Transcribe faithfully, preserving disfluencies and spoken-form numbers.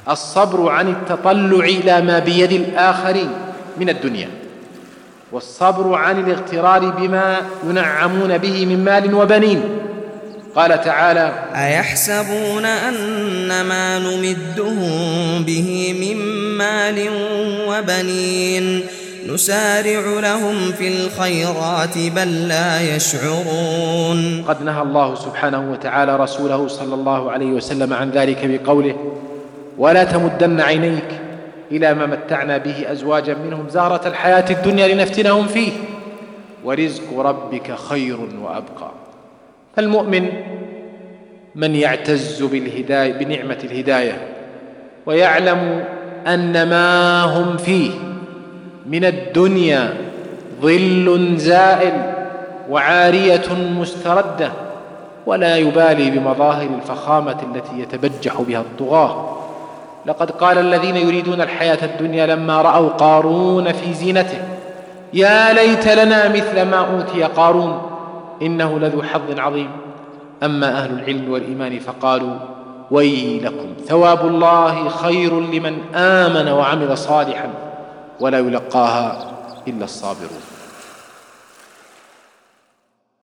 الصبر عن التطلع إلى ما بيد الآخرين من الدنيا، والصبر عن الاغترار بما ينعمون به من مال وبنين. قال تعالى: أيحسبون أن ما نمدهم به من مال وبنين نسارع لهم في الخيرات بل لا يشعرون. قد نهى الله سبحانه وتعالى رسوله صلى الله عليه وسلم عن ذلك بقوله: ولا تمدن عينيك إلى ما متعنا به أزواجا منهم زهرة الحياة الدنيا لنفتنهم فيه ورزق ربك خير وأبقى. فالمؤمن من يعتز بالهداية بنعمة الهداية ويعلم أن ما هم فيه من الدنيا ظل زائل وعارية مستردة، ولا يبالي بمظاهر الفخامة التي يتبجح بها الطغاة. لقد قال الذين يريدون الحياة الدنيا لما رأوا قارون في زينته: يا ليت لنا مثل ما أوتي قارون إنه لذو حظ عظيم. أما أهل العلم والإيمان فقالوا: ويلكم ثواب الله خير لمن آمن وعمل صالحا ولا يلقاها إلا الصابرون.